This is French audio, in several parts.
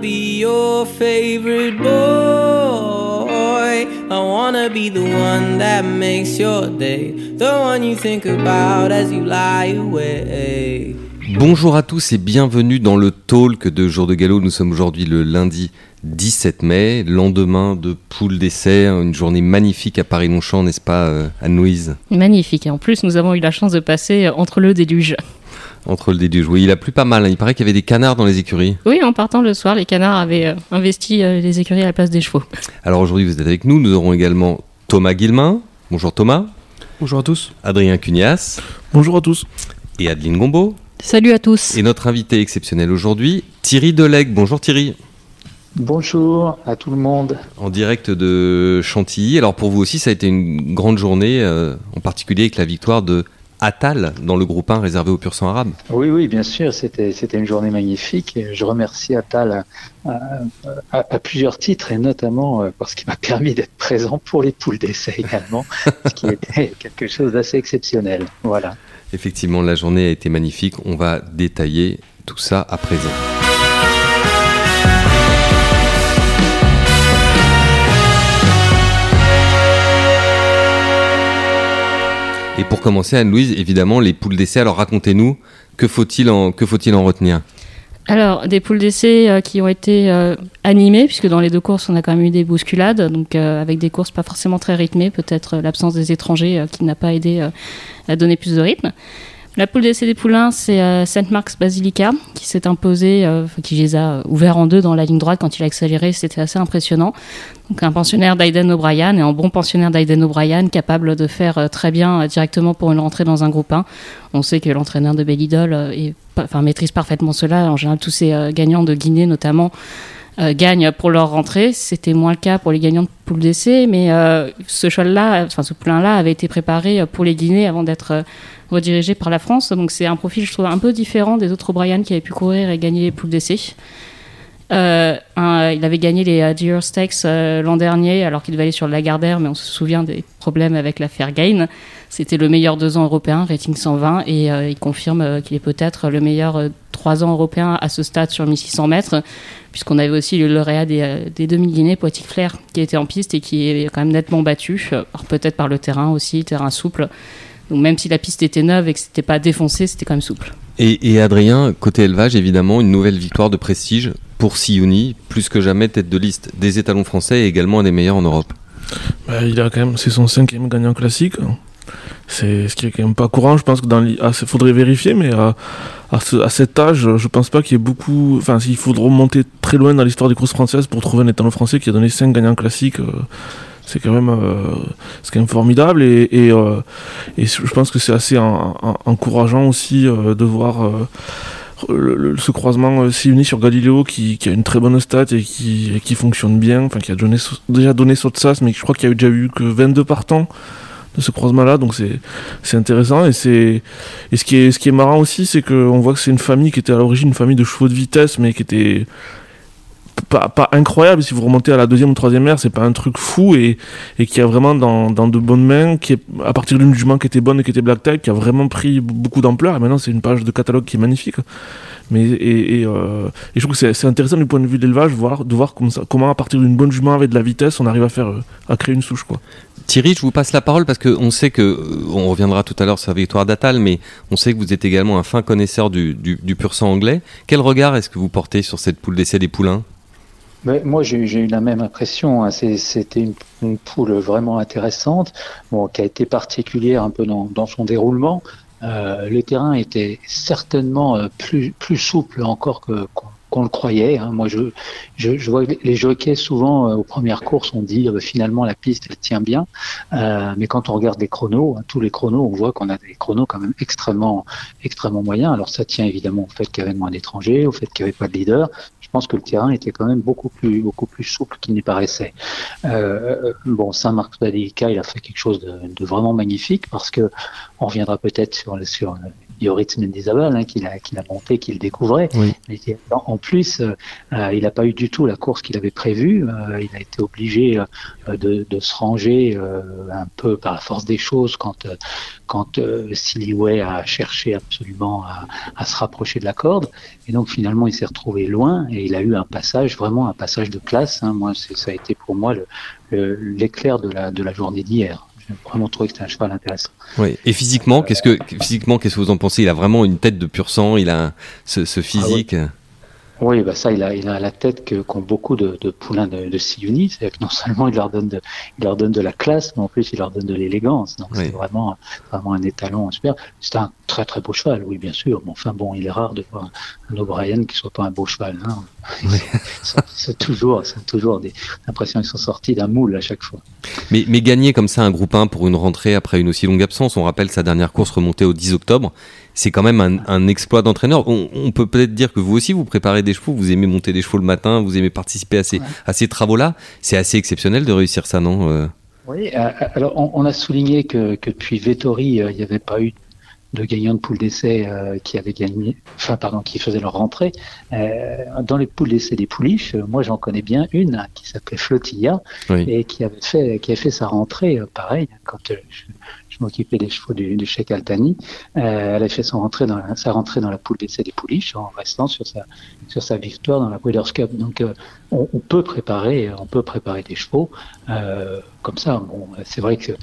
be your favorite boy. I wanna be the one that makes your day, the one you think about as you lie awake. Bonjour à tous et bienvenue dans le talk de Jour de Galop. Nous sommes aujourd'hui le lundi 17 mai, lendemain de poule d'essai, une journée magnifique à Paris-Longchamp, n'est-ce pas Anne-Louise ? Magnifique, et en plus nous avons eu la chance de passer entre le déluge. Entre le déluge, oui, il a plu pas mal, il paraît qu'il y avait des canards dans les écuries. Oui, en partant le soir, les canards avaient investi les écuries à la place des chevaux. Alors aujourd'hui vous êtes avec nous, nous aurons également Thomas Guillemin. Bonjour Thomas. Bonjour à tous. Adrien Cunias. Bonjour à tous. Et Adeline Gombeau. Salut à tous. Et notre invité exceptionnel aujourd'hui, Thierry Delègue. Bonjour Thierry. Bonjour à tout le monde. En direct de Chantilly. Alors pour vous aussi, ça a été une grande journée, en particulier avec la victoire de Attal dans le groupe 1 réservé aux pur sang arabes. Oui, bien sûr, c'était une journée magnifique. Je remercie Attal à plusieurs titres et notamment parce qu'il m'a permis d'être présent pour les poules d'essai également, ce qui était quelque chose d'assez exceptionnel. Voilà. Effectivement, la journée a été magnifique. On va détailler tout ça à présent. Et pour commencer, Anne-Louise, évidemment, les poules d'essai. Alors racontez-nous, que faut-il en retenir ? Alors, des poules d'essai qui ont été animées, puisque dans les deux courses, on a quand même eu des bousculades, donc avec des courses pas forcément très rythmées, peut-être l'absence des étrangers qui n'a pas aidé à donner plus de rythme. La poule d'essai des poulains, c'est St. Mark's Basilica qui s'est imposé, qui les a ouverts en deux dans la ligne droite quand il a accéléré, c'était assez impressionnant. Donc un pensionnaire d'Aiden O'Brien et un bon pensionnaire d'Aiden O'Brien capable de faire très bien directement pour une rentrée dans un groupe 1. On sait que l'entraîneur de Belle-Idole maîtrise parfaitement cela. En général, tous ces gagnants de Guinée notamment gagnent pour leur rentrée. C'était moins le cas pour les gagnants de poule d'essai, mais ce poulain-là avait été préparé pour les Guinées avant d'être redirigé par la France. Donc c'est un profil, je trouve, un peu différent des autres O'Brien qui avaient pu courir et gagner les poules d'essai. Il avait gagné les Deer Stakes l'an dernier alors qu'il devait aller sur le Lagardère, mais on se souvient des problèmes avec l'affaire Gain. C'était le meilleur 2 ans européen, rating 120, et il confirme qu'il est peut-être le meilleur 3 ans européen à ce stade sur 1600 mètres, puisqu'on avait aussi le lauréat des 2000 Guinées, Poetic Flair, qui était en piste et qui est quand même nettement battu, alors peut-être par le terrain aussi, terrain souple. Donc même si la piste était neuve et que c'était pas défoncé, c'était quand même souple. Et Adrien, côté élevage, évidemment, une nouvelle victoire de prestige pour Siyouni, plus que jamais tête de liste des étalons français et également un des meilleurs en Europe. C'est son 5e gagnant classique. C'est ce qui est quand même pas courant. Je pense que faudrait vérifier, mais à cet âge, je pense pas qu'il y ait beaucoup. Enfin, il faudra remonter très loin dans l'histoire des courses françaises pour trouver un étalon français qui a donné 5 gagnants classiques. C'est quand même formidable et je pense que c'est assez encourageant aussi de voir ce croisement Siyouni sur Galileo qui a une très bonne stat et qui fonctionne bien, enfin qui a déjà donné Sotsas, mais je crois qu'il y a déjà eu que 22 partants de ce croisement-là, donc c'est intéressant et ce qui est marrant aussi, c'est qu'on voit que c'est une famille qui était à l'origine une famille de chevaux de vitesse, mais qui était pas incroyable. Si vous remontez à la 2e ou 3e ère, c'est pas un truc fou et qui a vraiment dans de bonnes mains, qui est à partir d'une jument qui était bonne et qui était black type, qui a vraiment pris beaucoup d'ampleur, et maintenant c'est une page de catalogue qui est magnifique. Mais je trouve que c'est intéressant du point de vue de l'élevage de voir comment à partir d'une bonne jument avec de la vitesse on arrive à créer une souche, quoi. Thierry, je vous passe la parole parce qu'on sait on reviendra tout à l'heure sur la victoire d'Attal, mais on sait que vous êtes également un fin connaisseur du pur sang anglais. Quel regard est-ce que vous portez sur cette poule d'essai des poulains ? Mais moi, j'ai eu la même impression. C'était une poule vraiment intéressante, qui a été particulière un peu dans son déroulement. Le terrain était certainement plus souple encore qu'on le croyait. Moi, je vois les jockeys souvent aux premières courses, on dit finalement la piste elle tient bien, mais quand on regarde les chronos, tous les chronos, on voit qu'on a des chronos quand même extrêmement moyens. Alors ça tient évidemment au fait qu'il y avait moins d'étrangers, au fait qu'il n'y avait pas de leader. Je pense que le terrain était quand même beaucoup plus souple qu'il n'y paraissait. St. Mark's Basilica, il a fait quelque chose de vraiment magnifique parce que on reviendra peut-être sur Yoritz Mendizabal qu'il a monté, qu'il découvrait. Oui. Mais en plus, il n'a pas eu du tout la course qu'il avait prévue. Il a été obligé de se ranger un peu par la force des choses quand Siliway a cherché absolument à se rapprocher de la corde. Et donc finalement, il s'est retrouvé loin et il a eu un passage de classe. Moi, ça a été pour moi l'éclair de la journée d'hier. J'ai vraiment trouvé que c'était un cheval intéressant. Oui. Et physiquement, qu'est-ce que vous en pensez? Il a vraiment une tête de pur sang. Il a ce physique. Ah ouais. Oui, ça, il a la tête qu'ont beaucoup de poulains de Siouni. C'est-à-dire que non seulement il leur donne de la classe, mais en plus il leur donne de l'élégance. Donc c'est vraiment un étalon super. C'est un très très beau cheval, oui, bien sûr. Mais enfin bon, il est rare de voir un O'Brien qui soit pas un beau cheval. Oui. C'est toujours l'impression qu'ils sont sortis d'un moule à chaque fois. Mais gagner comme ça un groupe 1 pour une rentrée après une aussi longue absence, on rappelle sa dernière course remontée au 10 octobre. C'est quand même un exploit d'entraîneur. On peut peut-être dire que vous aussi, vous préparez des chevaux, vous aimez monter des chevaux le matin, vous aimez participer à ces travaux-là. C'est assez exceptionnel de réussir ça, non? Oui, alors on a souligné que depuis Vettori, il n'y avait pas eu de gagnants de poules d'essai qui faisaient leur rentrée. Dans les poules d'essai des pouliches, moi j'en connais bien une qui s'appelait Flotilla, et qui avait fait sa rentrée, pareil, quand je m'occupais des chevaux du Cheikh Altani. Elle a fait sa rentrée dans la poule d'essai des pouliches en restant sur sa victoire dans la Breeders' Cup. Donc on peut préparer des chevaux comme ça. Bon, c'est vrai que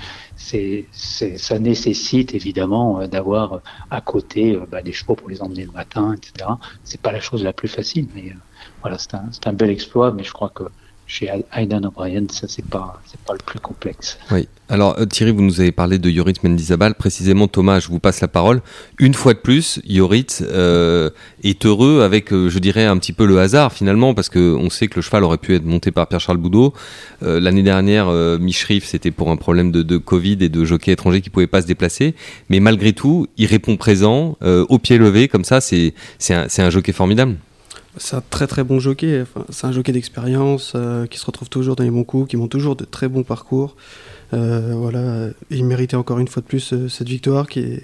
ça nécessite évidemment d'avoir à côté des chevaux pour les emmener le matin, etc. C'est pas la chose la plus facile, mais voilà, c'est un bel exploit. Mais je crois que chez Aidan O'Brien, ça c'est pas le plus complexe. Oui. Alors Thierry, vous nous avez parlé de Yoritz Mendizabal. Précisément, Thomas, je vous passe la parole. Une fois de plus, Yoritz est heureux avec, je dirais, un petit peu le hasard finalement, parce que on sait que le cheval aurait pu être monté par Pierre-Charles Boudot. L'année dernière, Michrif, c'était pour un problème de Covid et de jockey étranger qui pouvaient pas se déplacer. Mais malgré tout, il répond présent, au pied levé, comme ça. C'est un jockey formidable. C'est un très très bon jockey, c'est un jockey d'expérience qui se retrouve toujours dans les bons coups, qui monte toujours de très bons parcours. Il méritait encore une fois de plus cette victoire.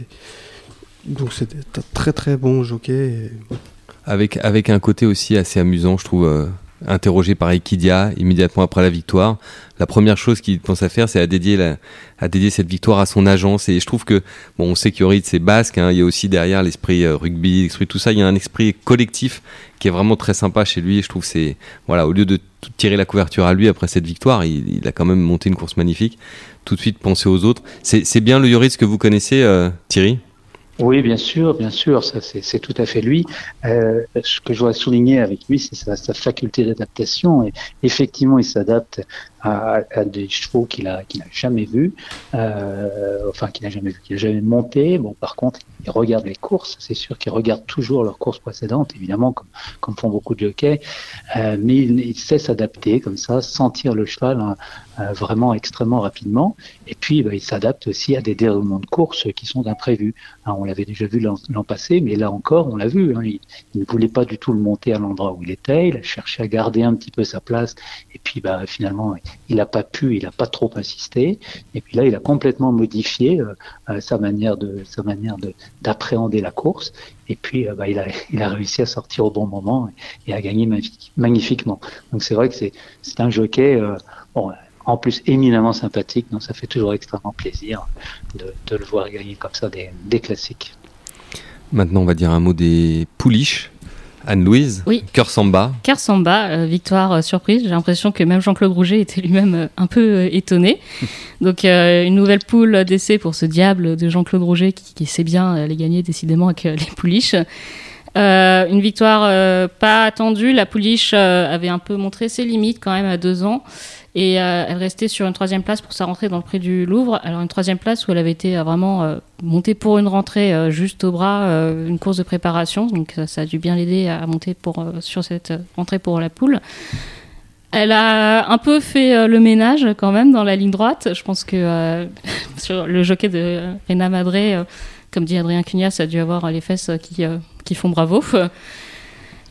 Donc c'était un très très bon jockey. Avec un côté aussi assez amusant, je trouve, interrogé par Equidia immédiatement après la victoire. La première chose qu'il pense à faire, c'est à dédier cette victoire à son agence. Et je trouve que, on sait que Yoritz c'est basque, il y a aussi derrière l'esprit rugby, l'esprit tout ça, il y a un esprit collectif qui est vraiment très sympa chez lui. Et je trouve que c'est, au lieu de tirer la couverture à lui après cette victoire, il a quand même monté une course magnifique. Tout de suite penser aux autres. C'est bien le Yoritz que vous connaissez, Thierry? Oui, bien sûr, ça c'est tout à fait lui. Ce que je dois souligner avec lui, c'est sa faculté d'adaptation. Et effectivement, il s'adapte à des chevaux qu'il a jamais vus, qu'il a jamais monté. Bon, par contre, il regarde les courses. C'est sûr qu'il regarde toujours leurs courses précédentes, évidemment, comme font beaucoup de jockeys. Mais il sait s'adapter comme ça, sentir le cheval vraiment extrêmement rapidement. Et puis, il s'adapte aussi à des déroulements de course qui sont imprévus. On l'avait déjà vu l'an passé, mais là encore, on l'a vu. Il ne voulait pas du tout le monter à l'endroit où il était. Il a cherché à garder un petit peu sa place. Et puis, finalement, il n'a pas trop insisté. Et puis là, il a complètement modifié sa manière d'appréhender la course. Et puis, il a réussi à sortir au bon moment et à gagner magnifiquement. Donc, c'est vrai que c'est un jockey, en plus éminemment sympathique, donc ça fait toujours extrêmement plaisir de le voir gagner comme ça des classiques. Maintenant, on va dire un mot des pouliches. Anne-Louise, oui. Cœur Samba, victoire surprise. J'ai l'impression que même Jean-Claude Rouget était lui-même un peu étonné. Donc une nouvelle poule d'essai pour ce diable de Jean-Claude Rouget qui sait bien les gagner décidément avec les pouliches. Une victoire pas attendue. La pouliche avait un peu montré ses limites quand même à 2 ans. Et elle restait sur une 3e place pour sa rentrée dans le prix du Louvre. Alors une 3e place où elle avait été vraiment montée pour une rentrée juste au bras, une course de préparation. Donc ça a dû bien l'aider à monter sur cette rentrée pour la poule. Elle a un peu fait le ménage quand même dans la ligne droite. Je pense que sur le jockey de Reina Madré, comme dit Adrien Cugnas, ça a dû avoir les fesses qui font bravo.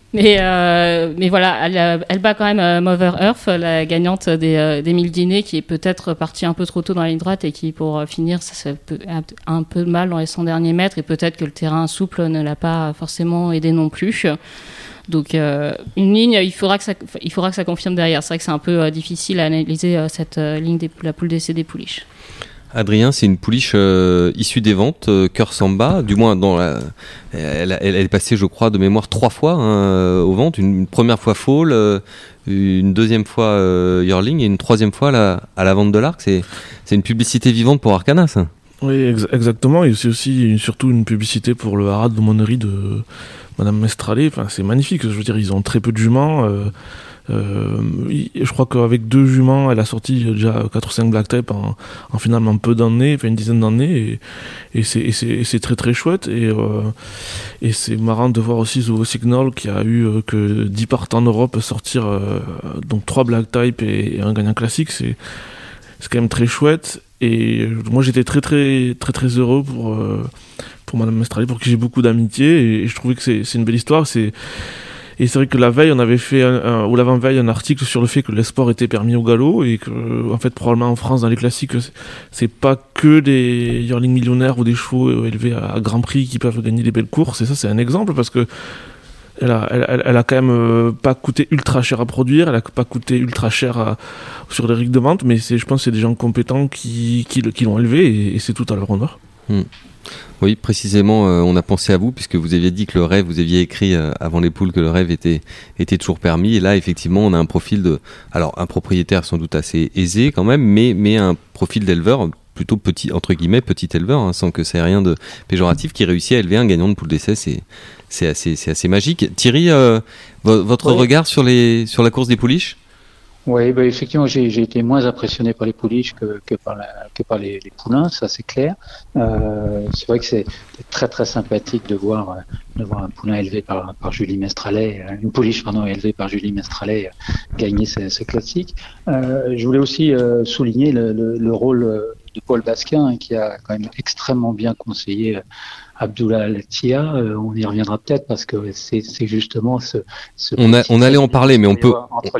Mais voilà, elle bat quand même Mother Earth, la gagnante des 1000 dîners, qui est peut-être partie un peu trop tôt dans la ligne droite et qui, pour finir, ça peut un peu de mal dans les 100 derniers mètres. Et peut-être que le terrain souple ne l'a pas forcément aidé non plus. Donc, une ligne, il faudra que ça confirme derrière. C'est vrai que c'est un peu difficile à analyser cette ligne la poule d'essai des pouliches. Adrien, c'est une pouliche issue des ventes, Cœur Samba, du moins elle est passée, je crois, de mémoire 3 fois aux ventes. Une première fois Fall, une deuxième fois Yearling et une troisième fois à la vente de l'Arc. C'est une publicité vivante pour Arcana, ça. Oui, exactement. Et c'est aussi surtout une publicité pour le haras de l'aumônerie de Madame Mestrallet. Enfin, c'est magnifique. Je veux dire, ils ont très peu de juments. Je crois qu'avec 2 juments, elle a sorti déjà 4 ou 5 black type en finalement peu d'années, enfin une dizaine d'années, et c'est très très chouette. Et c'est marrant de voir aussi The Signal qui a eu que 10 parts en Europe sortir donc 3 black type et un gagnant classique. C'est quand même très chouette. Et moi j'étais très très très très heureux pour Madame Mestrallet, pour qui j'ai beaucoup d'amitié, et je trouvais que c'est une belle histoire. Et c'est vrai que la veille, on avait fait, ou l'avant-veille, un article sur le fait que les sports étaient permis au galop, et que, en fait, probablement en France, dans les classiques, c'est pas que des yearlings millionnaires ou des chevaux élevés à Grand Prix qui peuvent gagner des belles courses. Et ça, c'est un exemple, parce que elle a quand même pas coûté ultra cher à produire, elle a pas coûté ultra cher sur les règles de vente, mais je pense que c'est des gens compétents qui l'ont élevé, et c'est tout à leur honneur. Oui, précisément, on a pensé à vous, puisque vous aviez dit que le rêve, vous aviez écrit avant les poules que le rêve était toujours permis. Et là, effectivement, on a un profil alors un propriétaire sans doute assez aisé quand même, mais un profil d'éleveur plutôt petit, entre guillemets, petit éleveur, sans que ça ait rien de péjoratif, qui réussit à élever un gagnant de poule d'essai. C'est assez magique. Thierry, votre regard sur la course des pouliches? Oui, effectivement, j'ai été moins impressionné par les pouliches que par les poulains, ça c'est clair. C'est vrai que c'est très très sympathique de voir un poulain élevé par Julie Mestrallet, une pouliche élevée par Julie Mestrallet gagner ce classique. Je voulais aussi souligner le rôle de Paul Basquin, qui a quand même extrêmement bien conseillé Abdullah Al-Tia. On y reviendra peut-être, parce que c'est justement on allait en parler, mais on peut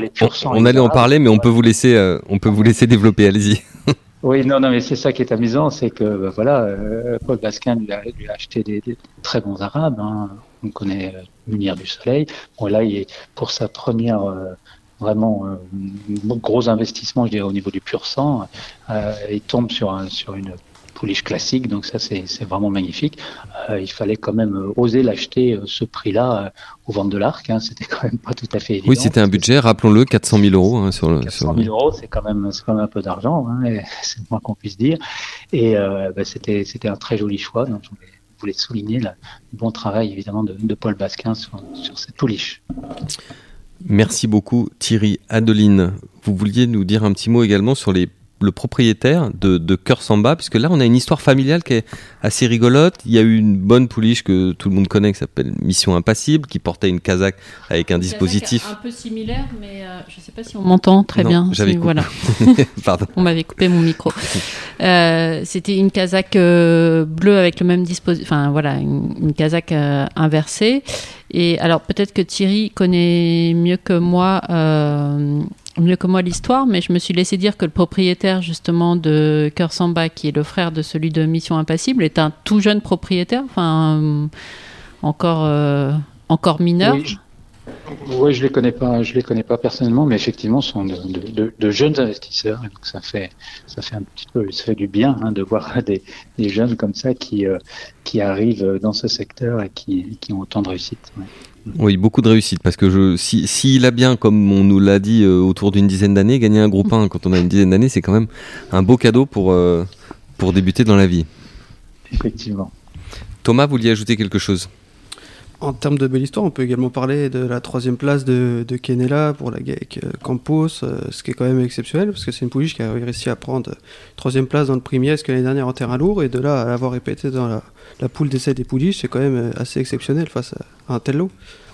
vous laisser développer. Allez-y. Oui, non, mais c'est ça qui est amusant, c'est que Paul Basquin lui a acheté des très bons Arabes. On connaît Munir du Soleil. Bon, là, il est pour sa première vraiment gros investissement, je dirais, au niveau du pur sang. Il tombe sur une pouliche classique, donc ça c'est vraiment magnifique. Il fallait quand même oser l'acheter ce prix-là aux ventes de l'Arc, c'était quand même pas tout à fait évident. Oui, c'était un budget, rappelons-le, 400 000 euros. 400 000 euros, c'est quand même un peu d'argent, c'est le moins qu'on puisse dire. Et c'était un très joli choix, donc je voulais souligner le bon travail évidemment de Paul Basquin sur cette pouliche. Merci beaucoup Thierry. Adeline, vous vouliez nous dire un petit mot également sur le propriétaire de Cœur Samba, puisque là on a une histoire familiale qui est assez rigolote. Il y a eu une bonne pouliche que tout le monde connaît qui s'appelle Mission Impassible, qui portait une casaque avec un dispositif un peu similaire, mais je ne sais pas si on m'entend très bien. J'avais coupé. Voilà. Pardon. On m'avait coupé mon micro. C'était une casaque bleue avec le même dispositif, enfin voilà, une casaque inversée. Et alors peut-être que Thierry connaît mieux que moi l'histoire, mais je me suis laissé dire que le propriétaire justement de Cœur Samba, qui est le frère de celui de Mission Impassible, est un tout jeune propriétaire, encore mineur. Oui, je les connais pas personnellement, mais effectivement, ce sont de jeunes investisseurs, et donc ça fait un petit peu, ça fait du bien de voir des jeunes comme ça qui arrivent dans ce secteur et qui ont autant de réussite. Ouais. Oui, beaucoup de réussite, parce que s'il a bien, comme on nous l'a dit, autour d'une dizaine d'années, gagner un groupe 1 quand on a une dizaine d'années, c'est quand même un beau cadeau pour débuter dans la vie. Effectivement. Thomas, vous vouliez ajouter quelque chose ? En termes de belle histoire, on peut également parler de la 3e place de Kenela pour la GAEC Campos, ce qui est quand même exceptionnel, parce que c'est une pouliche qui a réussi à prendre 3e place dans le prix Mies l'année dernière en terrain lourd, et de là à l'avoir répété dans la poule d'essai des pouliches, c'est quand même assez exceptionnel face à un tel lot.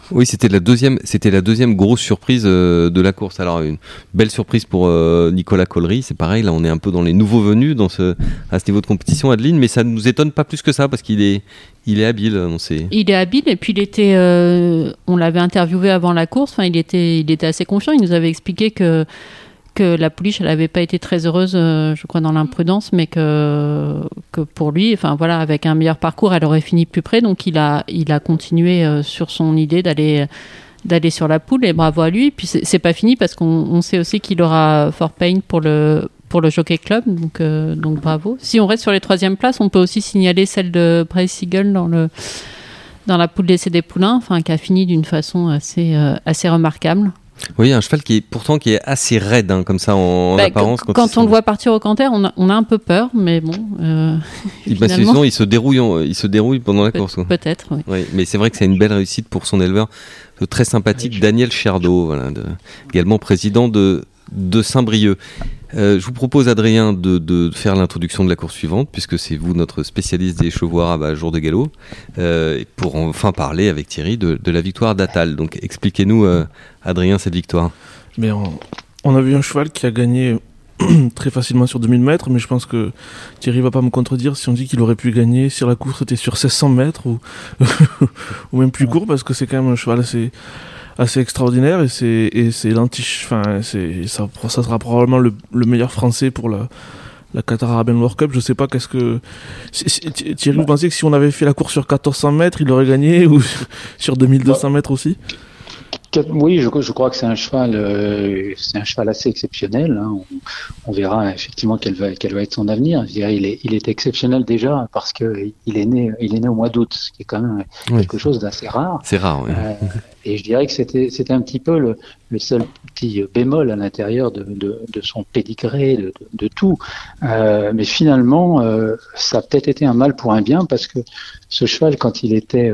Oui, c'était la deuxième grosse surprise de la course. Alors une belle surprise pour Nicolas Collery, c'est pareil, là on est un peu dans les nouveaux venus à ce niveau de compétition, Adeline, mais ça ne nous étonne pas plus que ça parce qu'il est habile. Il est habile et puis on l'avait interviewé avant la course, il était assez confiant, il nous avait expliqué que la pouliche, elle n'avait pas été très heureuse, je crois, dans l'imprudence, mais que pour lui, avec un meilleur parcours, elle aurait fini plus près. Donc il a continué sur son idée d'aller sur la poule, et bravo à lui. Puis c'est pas fini parce qu'on sait aussi qu'il aura Fort Payne pour le Jockey Club, donc bravo. Si on reste sur les 3e places, on peut aussi signaler celle de Bryce Siegel dans la poule d'essai des poulains, qui a fini d'une façon assez remarquable. Oui, un cheval qui est assez raide, comme ça en apparence. Quand on le voit partir au canter, on a un peu peur, mais bon. Finalement, il se dérouille pendant la course. Peut-être, oui. Oui, mais c'est vrai que c'est une belle réussite pour son éleveur, très sympathique, Daniel Cherdeau, également président de Saint-Brieuc. Je vous propose, Adrien, de faire l'introduction de la course suivante, puisque c'est vous notre spécialiste des chevaux arabes à jour de galop, pour enfin parler avec Thierry de la victoire d'Atal. Donc expliquez-nous, Adrien, cette victoire. Mais on a vu un cheval qui a gagné très facilement sur 2000 mètres, mais je pense que Thierry va pas me contredire si on dit qu'il aurait pu gagner si la course était sur 1600 mètres ou même plus court, parce que c'est quand même un cheval assez extraordinaire, et c'est ça sera probablement le meilleur français pour la Qatar Arabian World Cup. Je sais pas Thierry, vous pensez que si on avait fait la course sur 1400 mètres, il aurait gagné, ou sur 2200 mètres aussi? Oui, je crois que c'est un cheval assez exceptionnel. On verra effectivement quel va être son avenir. Je dirais, il est exceptionnel déjà parce que il est né au mois d'août, ce qui est quand même quelque chose d'assez rare. C'est rare, oui. Et je dirais que c'était un petit peu le seul petit bémol à l'intérieur de son pédigré, de tout. Mais finalement, ça a peut-être été un mal pour un bien, parce que ce cheval, quand il était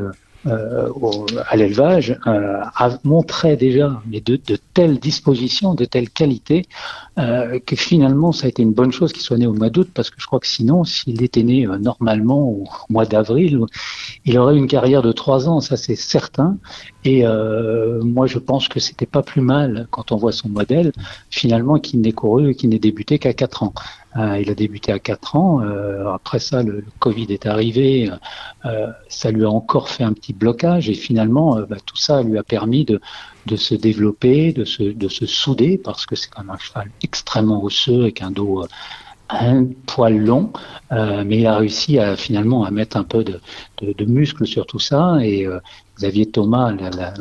à l'élevage, montrait déjà de telles dispositions, de telles qualités, que finalement ça a été une bonne chose qu'il soit né au mois d'août, parce que je crois que sinon, s'il était né normalement au mois d'avril, il aurait une carrière de 3 ans, ça c'est certain. Et moi je pense que c'était pas plus mal, quand on voit son modèle, finalement, qu'il n'ait débuté qu'à 4 ans. Il a débuté à 4 ans, après ça le Covid est arrivé, ça lui a encore fait un petit blocage, et finalement tout ça lui a permis de se développer, de se souder, parce que c'est quand même un cheval extrêmement osseux, avec un dos un poil long, mais il a réussi finalement à mettre un peu de muscle sur tout ça, et Xavier Thomas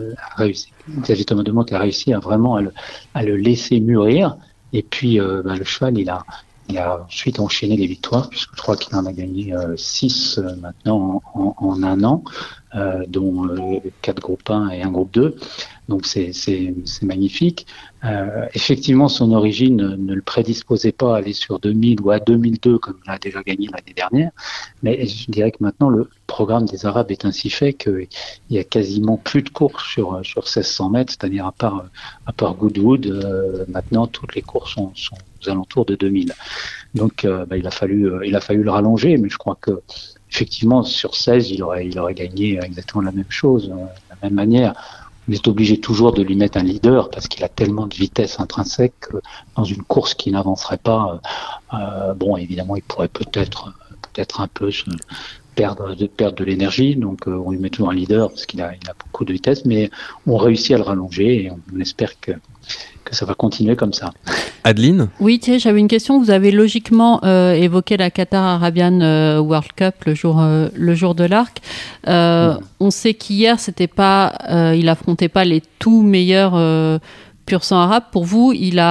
de Monte a réussi à vraiment à le laisser mûrir, et puis le cheval il a ensuite enchaîné les victoires, puisque je crois qu'il en a gagné 6 maintenant en un an, dont 4 groupes 1 et 1 groupe 2. Donc c'est magnifique. Effectivement, son origine ne le prédisposait pas à aller sur 2000 ou à 2002, comme il a déjà gagné l'année dernière. Mais je dirais que maintenant, le programme des Arabes est ainsi fait qu'il y a quasiment plus de courses sur 1600 mètres, c'est-à-dire à part Goodwood, maintenant toutes les courses sont aux alentours de 2000. Donc il a fallu le rallonger, mais je crois que effectivement sur 16 il aurait gagné exactement la même chose, de la même manière. On est obligé toujours de lui mettre un leader, parce qu'il a tellement de vitesse intrinsèque que dans une course qui n'avancerait pas, évidemment il pourrait peut-être un peu perdre de l'énergie, donc on lui met toujours un leader parce qu'il a beaucoup de vitesse, mais on réussit à le rallonger, et on espère que ça va continuer comme ça. Adeline ? Oui, Thierry, j'avais une question. Vous avez logiquement évoqué la Qatar Arabian World Cup le jour de l'Arc. On sait qu'hier, il affrontait pas les tout meilleurs pur sang arabes. Pour vous,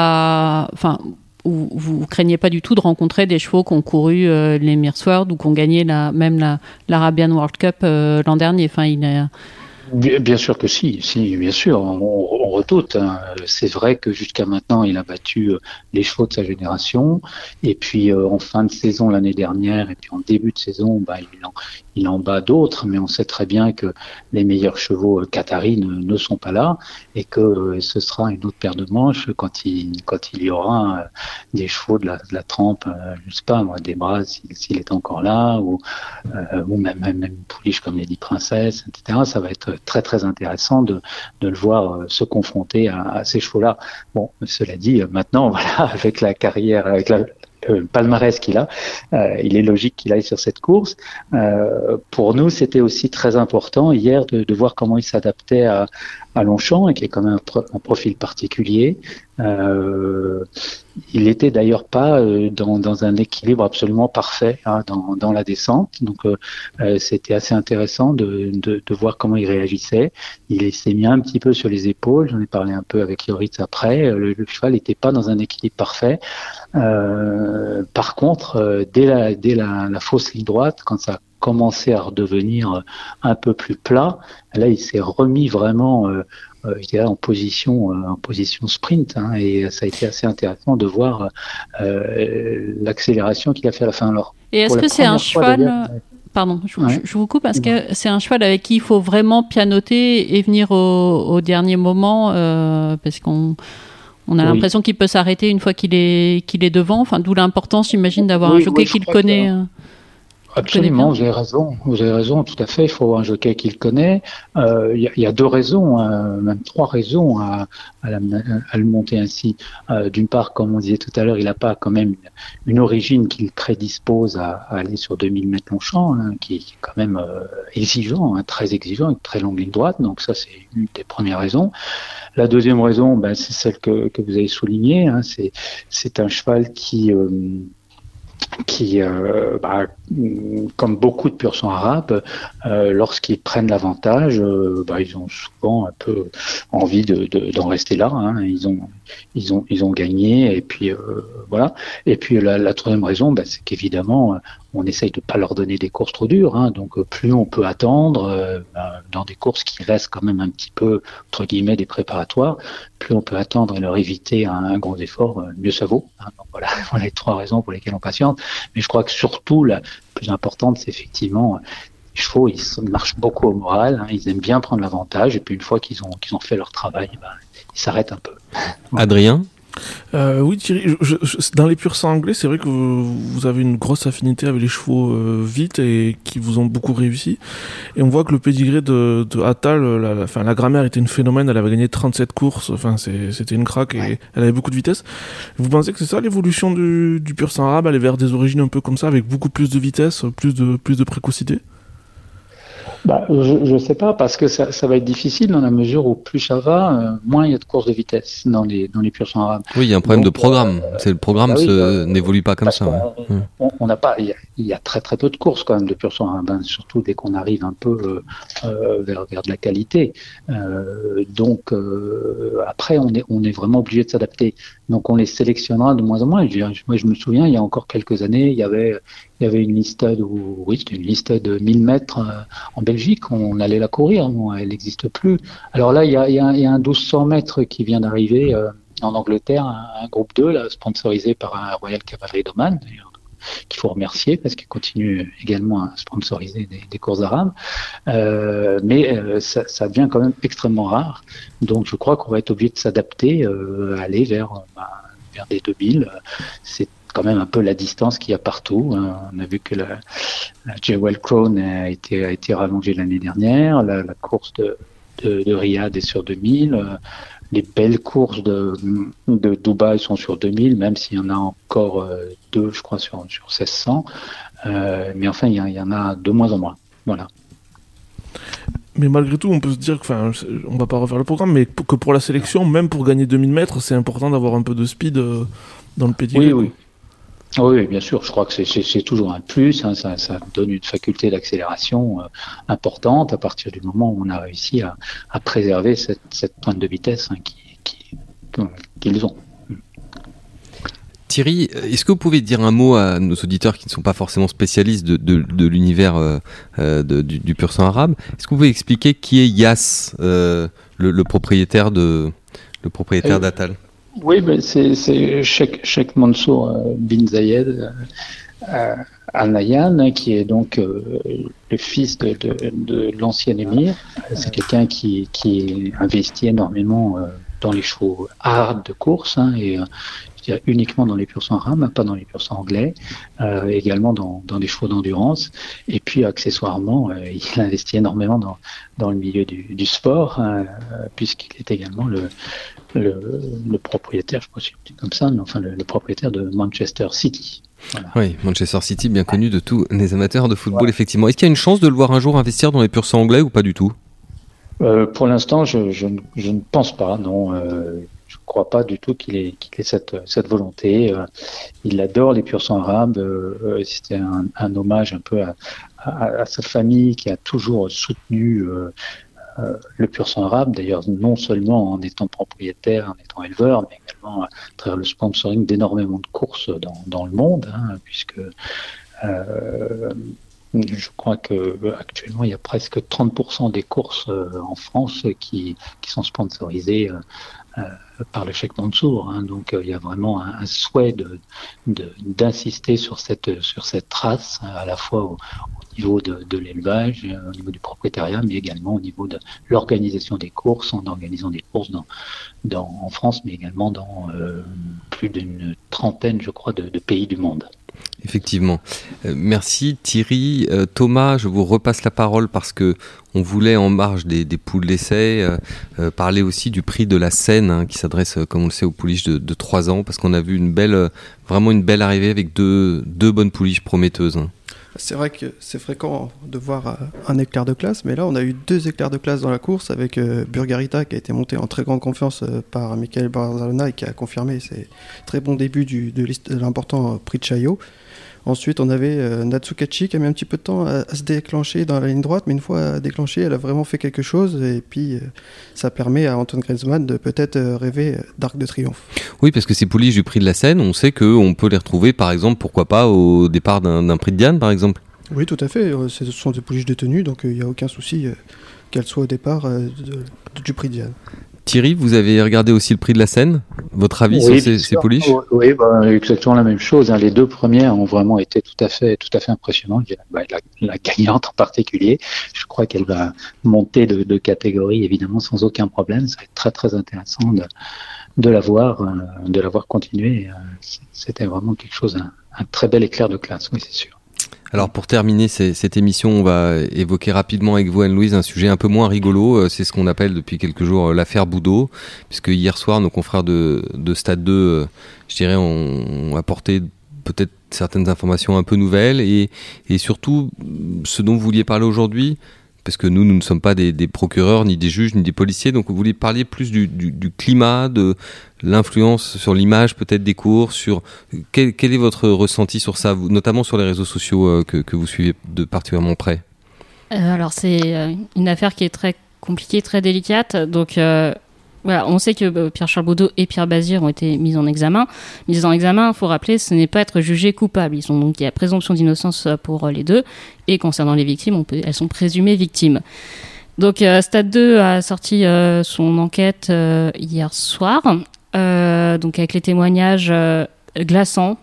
vous craignez pas du tout de rencontrer des chevaux qui ont couru les Mersworld ou qui ont gagné l'Arabian World Cup l'an dernier. Bien sûr que si, bien sûr, on redoute. C'est vrai que jusqu'à maintenant, il a battu les chevaux de sa génération, et puis en fin de saison l'année dernière, et puis en début de saison, il en bat d'autres, mais on sait très bien que les meilleurs chevaux qataris ne sont pas là, et que ce sera une autre paire de manches quand il y aura des chevaux de la trempe, je sais pas moi, des bras s'il est encore là, ou même une pouliche comme Lady Princess, etc. Ça va être très très intéressant de le voir se confronter à ces chevaux-là. Bon, cela dit, maintenant, voilà, avec la carrière, avec le palmarès qu'il a, il est logique qu'il aille sur cette course. Pour nous, c'était aussi très important hier de voir comment il s'adaptait à Longchamp, et qui est quand même un profil particulier. Il était d'ailleurs pas dans un équilibre absolument parfait dans la descente, donc c'était assez intéressant de voir comment il réagissait. Il s'est mis un petit peu sur les épaules, j'en ai parlé un peu avec Yoritz après. Le cheval n'était pas dans un équilibre parfait. Par contre, dès la fausse ligne droite, quand ça commençait à redevenir un peu plus plat, là il s'est remis vraiment en position sprint, et ça a été assez intéressant de voir l'accélération qu'il a fait à la fin. Alors, et est-ce que c'est un cheval Pardon, je vous coupe, parce que c'est un cheval avec qui il faut vraiment pianoter et venir au dernier moment, parce qu'on a l'impression qu'il peut s'arrêter une fois qu'il est devant. Enfin, d'où l'importance, j'imagine, d'avoir un jockey qui le connaît. Absolument, vous avez raison, tout à fait. Il faut avoir un jockey qui le connaît. Il y a deux raisons, même trois raisons à le monter ainsi. D'une part, comme on disait tout à l'heure, il n'a pas quand même une origine qui le prédispose à aller sur 2000 mètres Longchamp, qui est quand même exigeant, très exigeant, avec très longue ligne droite. Donc ça, c'est une des premières raisons. La deuxième raison, c'est celle que vous avez soulignée. C'est un cheval qui comme beaucoup de pur sang arabes, lorsqu'ils prennent l'avantage, ils ont souvent un peu envie d'en rester là. Ils ont gagné, et puis voilà. Et puis la troisième raison, c'est qu'évidemment, on essaye de pas leur donner des courses trop dures. Donc plus on peut attendre dans des courses qui restent quand même un petit peu entre guillemets des préparatoires, plus on peut attendre et leur éviter un gros effort, mieux ça vaut. Donc voilà les trois raisons pour lesquelles on patiente. Mais je crois que surtout la plus importante, c'est effectivement les chevaux, ils marchent beaucoup au moral. Ils aiment bien prendre l'avantage, et puis une fois qu'ils ont fait leur travail, ils s'arrêtent un peu. Voilà. Adrien? Oui, Thierry, dans les pur sang anglais, c'est vrai que vous avez une grosse affinité avec les chevaux vite et qui vous ont beaucoup réussi. Et on voit que le pédigré de Attal, la grammaire était une phénomène. Elle avait gagné 37 courses. Enfin, c'était une craque, et elle avait beaucoup de vitesse. Vous pensez que c'est ça l'évolution du pur sang arabe, aller vers des origines un peu comme ça, avec beaucoup plus de vitesse, plus de précocité? Je sais pas, parce que ça va être difficile dans la mesure où plus ça va, moins il y a de courses de vitesse dans les pur sang arabes. Oui, il y a un problème de programme. Le programme n'évolue pas comme ça. On n'a pas, il y a très très peu de courses quand même de pur sang arabe, surtout dès qu'on arrive un peu vers de la qualité. Donc après, on est vraiment obligé de s'adapter. Donc on les sélectionnera de moins en moins. Moi, je me souviens, il y a encore quelques années, il y avait une listade c'était une listade de 1000 mètres en Belgique. On allait la courir, elle n'existe plus. Alors là, il y a un 1200 mètres qui vient d'arriver en Angleterre, un groupe 2, là, sponsorisé par un Royal Cavalry d'Oman, qu'il faut remercier parce qu'il continue également à sponsoriser des courses arabes. Mais ça devient quand même extrêmement rare. Donc je crois qu'on va être obligé de s'adapter, aller vers des 2000. C'est quand même un peu la distance qu'il y a partout. On a vu que la Jewel Crown a été rallongée l'année dernière. La course de Riyad est sur 2000. Les belles courses de Dubaï sont sur 2000, même s'il y en a encore deux, je crois, sur 1600. Mais enfin, il y en a de moins en moins. Voilà. Mais malgré tout, on peut se dire que, on va pas refaire le programme, mais que pour la sélection, même pour gagner 2000 mètres, c'est important d'avoir un peu de speed dans le pédigré. Oui. Oui, bien sûr. Je crois que c'est toujours un plus. Ça donne une faculté d'accélération importante à partir du moment où on a réussi à préserver cette pointe de vitesse qu'ils ont. Thierry, est-ce que vous pouvez dire un mot à nos auditeurs qui ne sont pas forcément spécialistes de l'univers du pur sang arabe? Est-ce que vous pouvez expliquer qui est Yas, le propriétaire d'Attal? Oui, c'est Sheikh Mansour bin Zayed Al Nahyan, qui est donc le fils de l'ancien émir. C'est quelqu'un qui investit énormément dans les chevaux arabes de course, et je c'est-à-dire uniquement dans les pur sang arabe, pas dans les pur sang anglais, également dans des chevaux d'endurance. Et puis accessoirement, il investit énormément dans le milieu du sport, puisqu'il est également le propriétaire, je ne sais pas si c'est comme ça, mais enfin le propriétaire de Manchester City. Voilà. Oui, Manchester City, bien connu de tous les amateurs de football, effectivement. Est-ce qu'il y a une chance de le voir un jour investir dans les pur sang anglais ou pas du tout ? Pour l'instant, je ne pense pas, non. Je ne crois pas du tout qu'il ait cette volonté. Il adore les pur sang arabes. C'était un hommage un peu à sa famille qui a toujours soutenu le pur sang arabe. D'ailleurs, non seulement en étant propriétaire, en étant éleveur, mais également à travers le sponsoring d'énormément de courses dans le monde, puisque je crois que actuellement il y a presque 30% des courses en France qui sont sponsorisées par le Cheikh Mansour. Donc il y a vraiment un souhait d'insister sur cette trace, à la fois au niveau de l'élevage, au niveau du propriétariat, mais également au niveau de l'organisation des courses, en organisant des courses en France, mais également dans plus d'une trentaine, je crois, de pays du monde. Effectivement. Merci Thierry. Thomas, je vous repasse la parole parce que on voulait, en marge des poules d'essai, parler aussi du prix de la Seine, qui s'adresse, comme on le sait, aux pouliches de 3 ans, parce qu'on a vu vraiment une belle arrivée avec deux bonnes pouliches prometteuses. C'est vrai que c'est fréquent de voir un éclair de classe, mais là on a eu 2 éclairs de classe dans la course avec Burgarita qui a été monté en très grande confiance par Michael Barzalona et qui a confirmé ses très bons débuts de l'important prix de Chaillot. Ensuite on avait Natsukachi qui a mis un petit peu de temps à se déclencher dans la ligne droite, mais une fois déclenchée elle a vraiment fait quelque chose et puis ça permet à Antoine Griezmann de peut-être rêver d'Arc de Triomphe. Oui, parce que ces pouliches du prix de la Seine, on sait qu'on peut les retrouver par exemple, pourquoi pas au départ d'un prix de Diane par exemple. Oui, tout à fait, ce sont des pouliches de tenue, donc il n'y a aucun souci qu'elles soient au départ du prix de Diane. Thierry, vous avez regardé aussi le prix de la Seine. Votre avis sur ces pouliches ? Oui, exactement la même chose. Les 2 premières ont vraiment été tout à fait impressionnantes. La gagnante en particulier, je crois qu'elle va monter de catégorie évidemment sans aucun problème. Ça va être très très intéressant de la voir continuer. C'était vraiment quelque chose, un très bel éclair de classe. Oui, c'est sûr. Alors pour terminer cette émission, on va évoquer rapidement avec vous, Anne-Louise, un sujet un peu moins rigolo. C'est ce qu'on appelle depuis quelques jours l'affaire Boudot, puisque hier soir, nos confrères de Stade 2, je dirais, ont apporté peut-être certaines informations un peu nouvelles et surtout ce dont vous vouliez parler aujourd'hui, parce que nous ne sommes pas des procureurs, ni des juges, ni des policiers, donc vous vouliez parler plus du climat, de l'influence sur l'image peut-être des courses, sur quel est votre ressenti sur ça, notamment sur les réseaux sociaux que vous suivez de particulièrement près. Alors c'est une affaire qui est très compliquée, très délicate, donc voilà, on sait que Pierre-Charles Boudot et Pierre Bazir ont été mis en examen. Mis en examen, il faut rappeler, ce n'est pas être jugé coupable. Il y a présomption d'innocence pour les deux. Et concernant les victimes, elles sont présumées victimes. Donc Stade 2 a sorti son enquête hier soir, donc avec les témoignages glaçants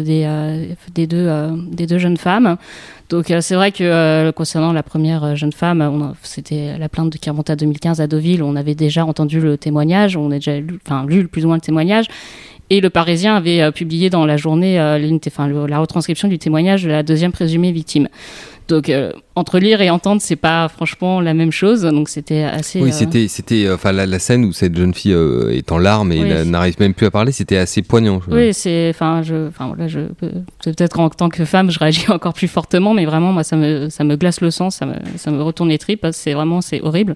des deux jeunes femmes. Donc c'est vrai que concernant la première jeune femme, c'était la plainte qui remontait à 2015 à Deauville, on avait déjà entendu le témoignage, on a déjà lu plus ou moins le témoignage, et le Parisien avait publié dans la journée la retranscription du témoignage de la deuxième présumée victime. Donc entre lire et entendre, c'est pas franchement la même chose, donc c'était assez. Oui, c'était la scène où cette jeune fille est en larmes et n'arrive même plus à parler, c'était assez poignant. Oui, peut-être en tant que femme, je réagis encore plus fortement, mais vraiment moi ça me glace le sang, ça me retourne les tripes, c'est horrible.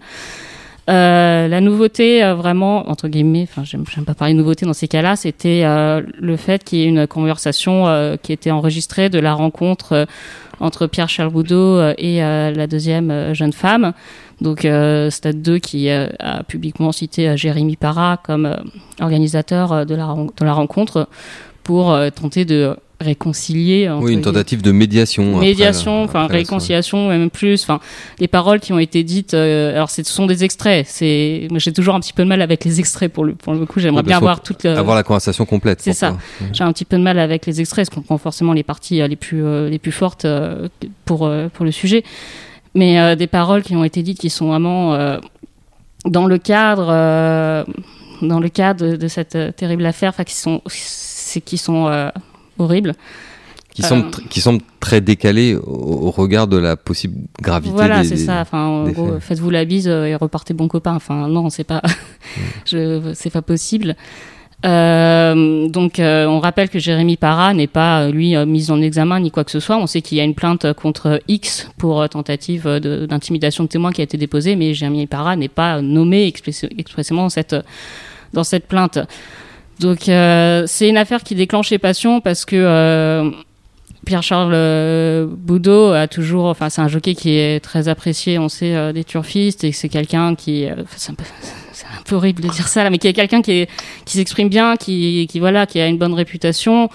La nouveauté, vraiment, entre guillemets, j'aime pas parler de nouveauté dans ces cas-là, c'était le fait qu'il y ait une conversation qui était enregistrée de la rencontre entre Pierre-Charles Boudot et la deuxième jeune femme. Donc Stade 2 qui a publiquement cité Jérémy Parra comme organisateur de la rencontre pour tenter de réconcilier. Oui, une tentative de médiation. Réconciliation, même plus. Les paroles qui ont été dites, alors ce sont des extraits. Moi, j'ai toujours un petit peu de mal avec les extraits pour le coup. J'aimerais bien avoir avoir la conversation complète. C'est ça. J'ai un petit peu de mal avec les extraits. Je comprends forcément les parties les plus fortes pour le sujet. Mais des paroles qui ont été dites qui sont vraiment dans le cadre de cette terrible affaire, c'est qu'ils sont horribles. Qui semblent très décalés au regard de la possible gravité. Voilà, c'est ça. Enfin, en gros, faites-vous la bise et repartez bon copain. Enfin, non, c'est pas, c'est pas possible. Donc, on rappelle que Jérémy Parra n'est pas, lui, mis en examen ni quoi que ce soit. On sait qu'il y a une plainte contre X pour tentative d'intimidation de témoin qui a été déposée, mais Jérémy Parra n'est pas nommé expressément dans cette plainte. Donc, c'est une affaire qui déclenche les passions parce que Pierre-Charles Boudot a toujours, enfin, c'est un jockey qui est très apprécié, on sait, des turfistes, et c'est quelqu'un qui, c'est un peu horrible de dire ça là, mais qui est quelqu'un qui s'exprime bien, qui a une bonne réputation,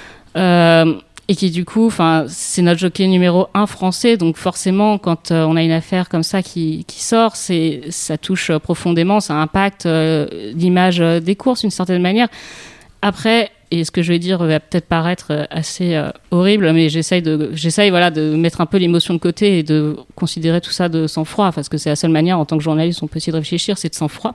et qui du coup, enfin, c'est notre jockey numéro 1 français, donc forcément, quand on a une affaire comme ça qui sort, ça touche profondément, ça impacte l'image des courses d'une certaine manière. Après, et ce que je vais dire va peut-être paraître assez horrible, mais j'essaye de mettre un peu l'émotion de côté et de considérer tout ça de sang-froid, parce que c'est la seule manière, en tant que journaliste, on peut essayer de réfléchir, c'est de sang-froid.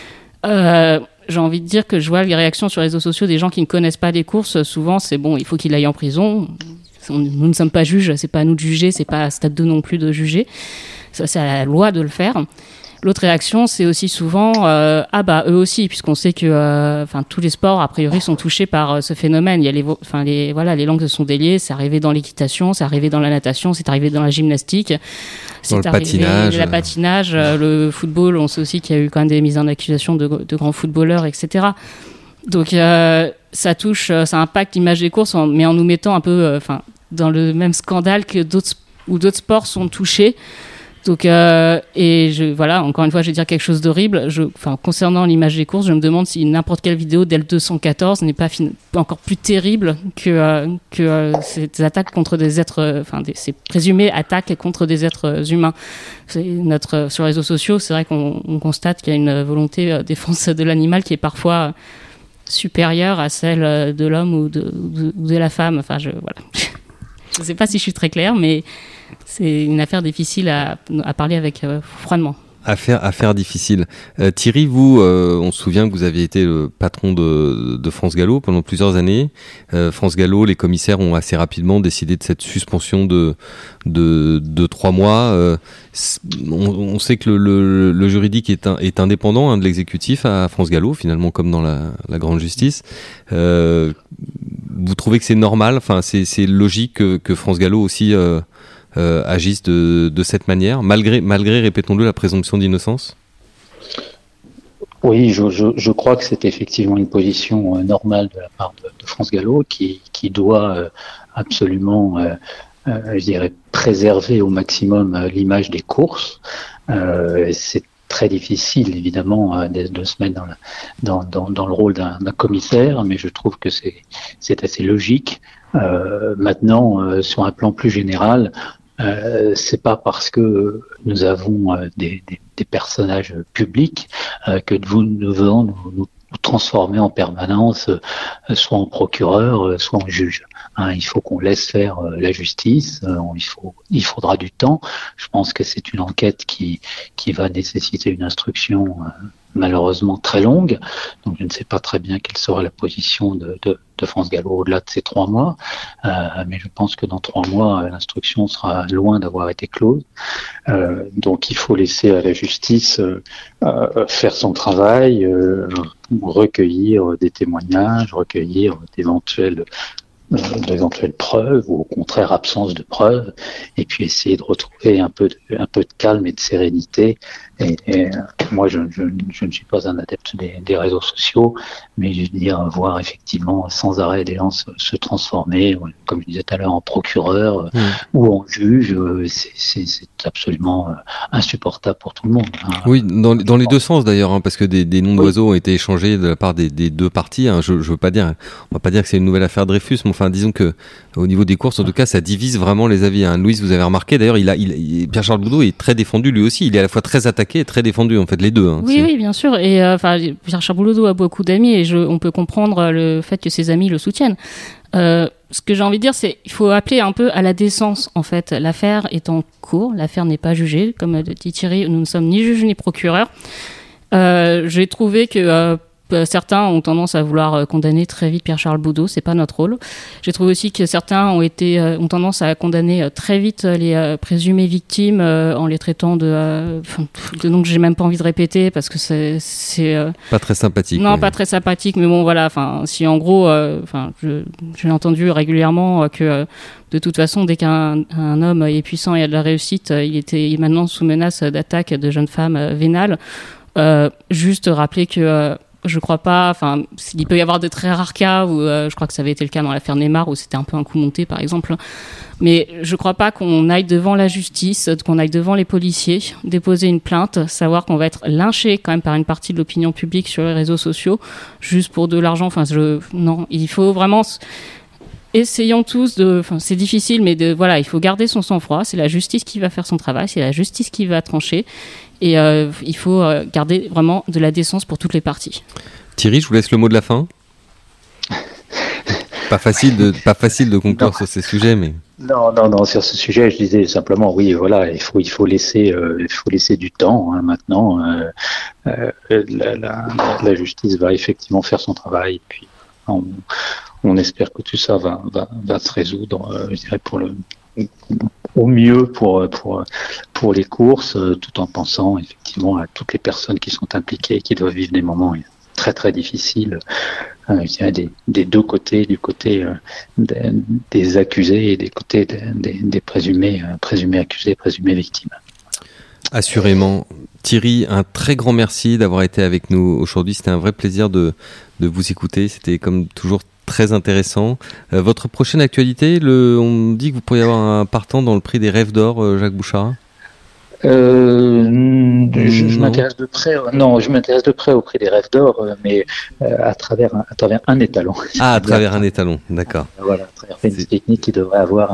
J'ai envie de dire que je vois les réactions sur les réseaux sociaux des gens qui ne connaissent pas les courses. Souvent, c'est bon, il faut qu'il aille en prison. Nous ne sommes pas juges, c'est pas à nous de juger, c'est pas à Stade 2 non plus de juger. Ça, c'est à la loi de le faire. L'autre réaction, c'est aussi souvent eux aussi, puisqu'on sait que tous les sports a priori sont touchés par ce phénomène. Il y a les langues se sont déliées. C'est arrivé dans l'équitation, c'est arrivé dans la natation, c'est arrivé dans la gymnastique, dans le patinage, le football. On sait aussi qu'il y a eu quand même des mises en accusation de grands footballeurs, etc. Donc ça impacte l'image des courses, mais en nous mettant un peu, dans le même scandale que d'autres sports sont touchés. Donc, encore une fois, je vais dire quelque chose d'horrible. Concernant l'image des courses, je me demande si n'importe quelle vidéo d'L214 n'est pas encore plus terrible que ces attaques contre des êtres, ces présumées attaques contre des êtres humains. Sur les réseaux sociaux, c'est vrai qu'on constate qu'il y a une volonté de défense de l'animal qui est parfois supérieure à celle de l'homme ou de la femme. Je ne sais pas si je suis très claire, mais c'est une affaire difficile à parler avec froidement. Affaire difficile. Thierry, vous, on se souvient que vous aviez été le patron de France Gallo pendant plusieurs années. France Gallo, les commissaires ont assez rapidement décidé de cette suspension de 3 mois. On sait que le juridique est indépendant de l'exécutif à France Gallo, finalement, comme dans la grande justice. Vous trouvez que c'est normal, c'est logique que France Gallo aussi agissent de cette manière, malgré, répétons-le, la présomption d'innocence? Oui, je crois que c'est effectivement une position normale de la part de France Gallo qui doit absolument, je dirais, préserver au maximum l'image des courses. C'est très difficile, évidemment, de se mettre dans le rôle d'un commissaire, mais je trouve que c'est assez logique. Maintenant, sur un plan plus général, c'est pas parce que nous avons des personnages publics que nous devons nous transformer en permanence, soit en procureur, soit en juge. Il faut qu'on laisse faire la justice. Il faudra du temps. Je pense que c'est une enquête qui va nécessiter une instruction malheureusement très longue. Donc je ne sais pas très bien quelle sera la position de France Gallo au-delà de ces 3 mois. Mais je pense que dans 3 mois, l'instruction sera loin d'avoir été close. Donc il faut laisser à la justice faire son travail, recueillir des témoignages, recueillir d'éventuelles preuves ou au contraire absence de preuves, et puis essayer de retrouver un peu de calme et de sérénité. Et moi, je ne suis pas un adepte des réseaux sociaux, mais je veux dire, voir effectivement sans arrêt des gens se transformer, comme je disais tout à l'heure, en procureur ou en juge, c'est absolument insupportable pour tout le monde. Oui, dans les deux sens d'ailleurs, parce que des noms d'oiseaux ont été échangés de la part des deux parties. Je veux pas dire, on va pas dire que c'est une nouvelle affaire Dreyfus, mais enfin, disons que au niveau des courses, en tout cas, ça divise vraiment les avis. Louise, vous avez remarqué, d'ailleurs, Pierre-Charles Boudot est très défendu lui aussi. Il est à la fois très attaqué et très défendu, en fait, les deux. Oui, bien sûr. Et Pierre-Charles Boudot a beaucoup d'amis et on peut comprendre le fait que ses amis le soutiennent. Ce que j'ai envie de dire, c'est qu'il faut appeler un peu à la décence, en fait. L'affaire est en cours, l'affaire n'est pas jugée. Comme dit Thierry, nous ne sommes ni juges ni procureurs. J'ai trouvé que certains ont tendance à vouloir condamner très vite Pierre-Charles Boudot, c'est pas notre rôle. J'ai trouvé aussi que certains ont tendance à condamner très vite les présumées victimes en les traitant de noms que j'ai même pas envie de répéter parce que c'est pas très sympathique. Non, pas très sympathique, mais bon voilà, si en gros, j'ai entendu régulièrement que de toute façon, dès qu'un homme est puissant et a de la réussite, il était maintenant sous menace d'attaque de jeunes femmes vénales. Juste rappeler que je crois pas, il peut y avoir de très rares cas où je crois que ça avait été le cas dans l'affaire Neymar où c'était un peu un coup monté par exemple, mais je crois pas qu'on aille devant la justice, qu'on aille devant les policiers, déposer une plainte, savoir qu'on va être lynché quand même par une partie de l'opinion publique sur les réseaux sociaux juste pour de l'argent. Non, il faut vraiment essayons tous c'est difficile, mais il faut garder son sang-froid. C'est la justice qui va faire son travail, c'est la justice qui va trancher. Et il faut garder vraiment de la décence pour toutes les parties. Thierry, je vous laisse le mot de la fin. Pas facile de conclure sur ces sujets, mais... Non, sur ce sujet, je disais simplement, oui, voilà, il faut laisser du temps, hein, maintenant. La justice va effectivement faire son travail, et puis on espère que tout ça va se résoudre, je dirais, au mieux pour les courses, tout en pensant effectivement à toutes les personnes qui sont impliquées et qui doivent vivre des moments très très difficiles, je dirais des deux côtés, du côté des accusés et des côtés des présumés accusés, présumés victimes. Assurément. Thierry, un très grand merci d'avoir été avec nous aujourd'hui. C'était un vrai plaisir de vous écouter. C'était comme toujours très intéressant. Votre prochaine actualité, on dit que vous pourriez avoir un partant dans le prix des Rêves d'Or, Jacques Bouchard. Je m'intéresse de près. Non, je m'intéresse de près au prix des Rêves d'Or, mais à travers un étalon. Ah, à travers un étalon, d'accord. Voilà, à travers Phoenix Technique qui devrait avoir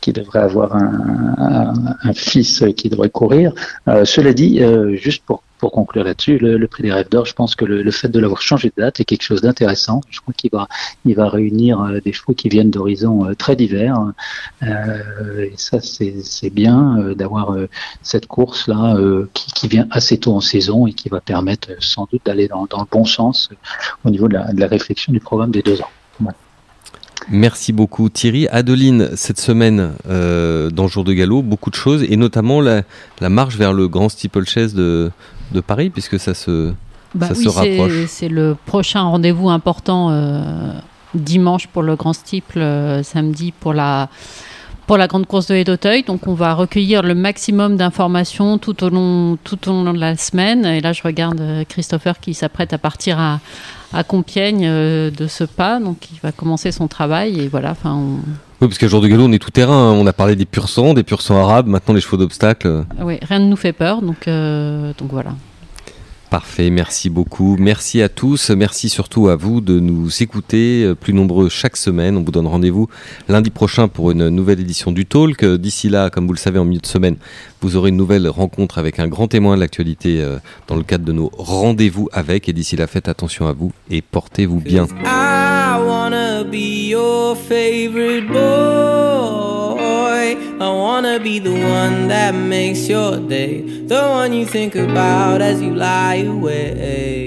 un fils qui devrait courir. Cela dit, juste pour conclure là-dessus, le prix des Rêves d'Or, je pense que le fait de l'avoir changé de date est quelque chose d'intéressant. Je crois qu'il va réunir des chevaux qui viennent d'horizons très divers. Et ça, c'est bien d'avoir cette course-là qui vient assez tôt en saison et qui va permettre sans doute d'aller dans le bon sens au niveau de la réflexion du programme des 2 ans. Voilà. Merci beaucoup Thierry. Adeline, cette semaine dans Jour de Galop, beaucoup de choses et notamment la marche vers le grand steeplechase de Paris, puisque ça se rapproche. C'est le prochain rendez-vous important dimanche pour le grand steeple, samedi pour la grande course de Haie d'Auteuil. Donc on va recueillir le maximum d'informations tout au long de la semaine. Et là je regarde Christopher qui s'apprête à partir à Compiègne de ce pas, donc il va commencer son travail et voilà. Oui, parce qu'à Jour de Galop, on est tout terrain. On a parlé des pur sang arabes, maintenant les chevaux d'obstacle. Oui, rien ne nous fait peur, donc voilà. Parfait, merci beaucoup. Merci à tous. Merci surtout à vous de nous écouter, plus nombreux chaque semaine. On vous donne rendez-vous lundi prochain pour une nouvelle édition du Talk. D'ici là, comme vous le savez, en milieu de semaine, vous aurez une nouvelle rencontre avec un grand témoin de l'actualité dans le cadre de nos rendez-vous avec. Et d'ici là, faites attention à vous et portez-vous bien. I wanna be your favorite boy. I wanna be the one that makes your day, the one you think about as you lie awake.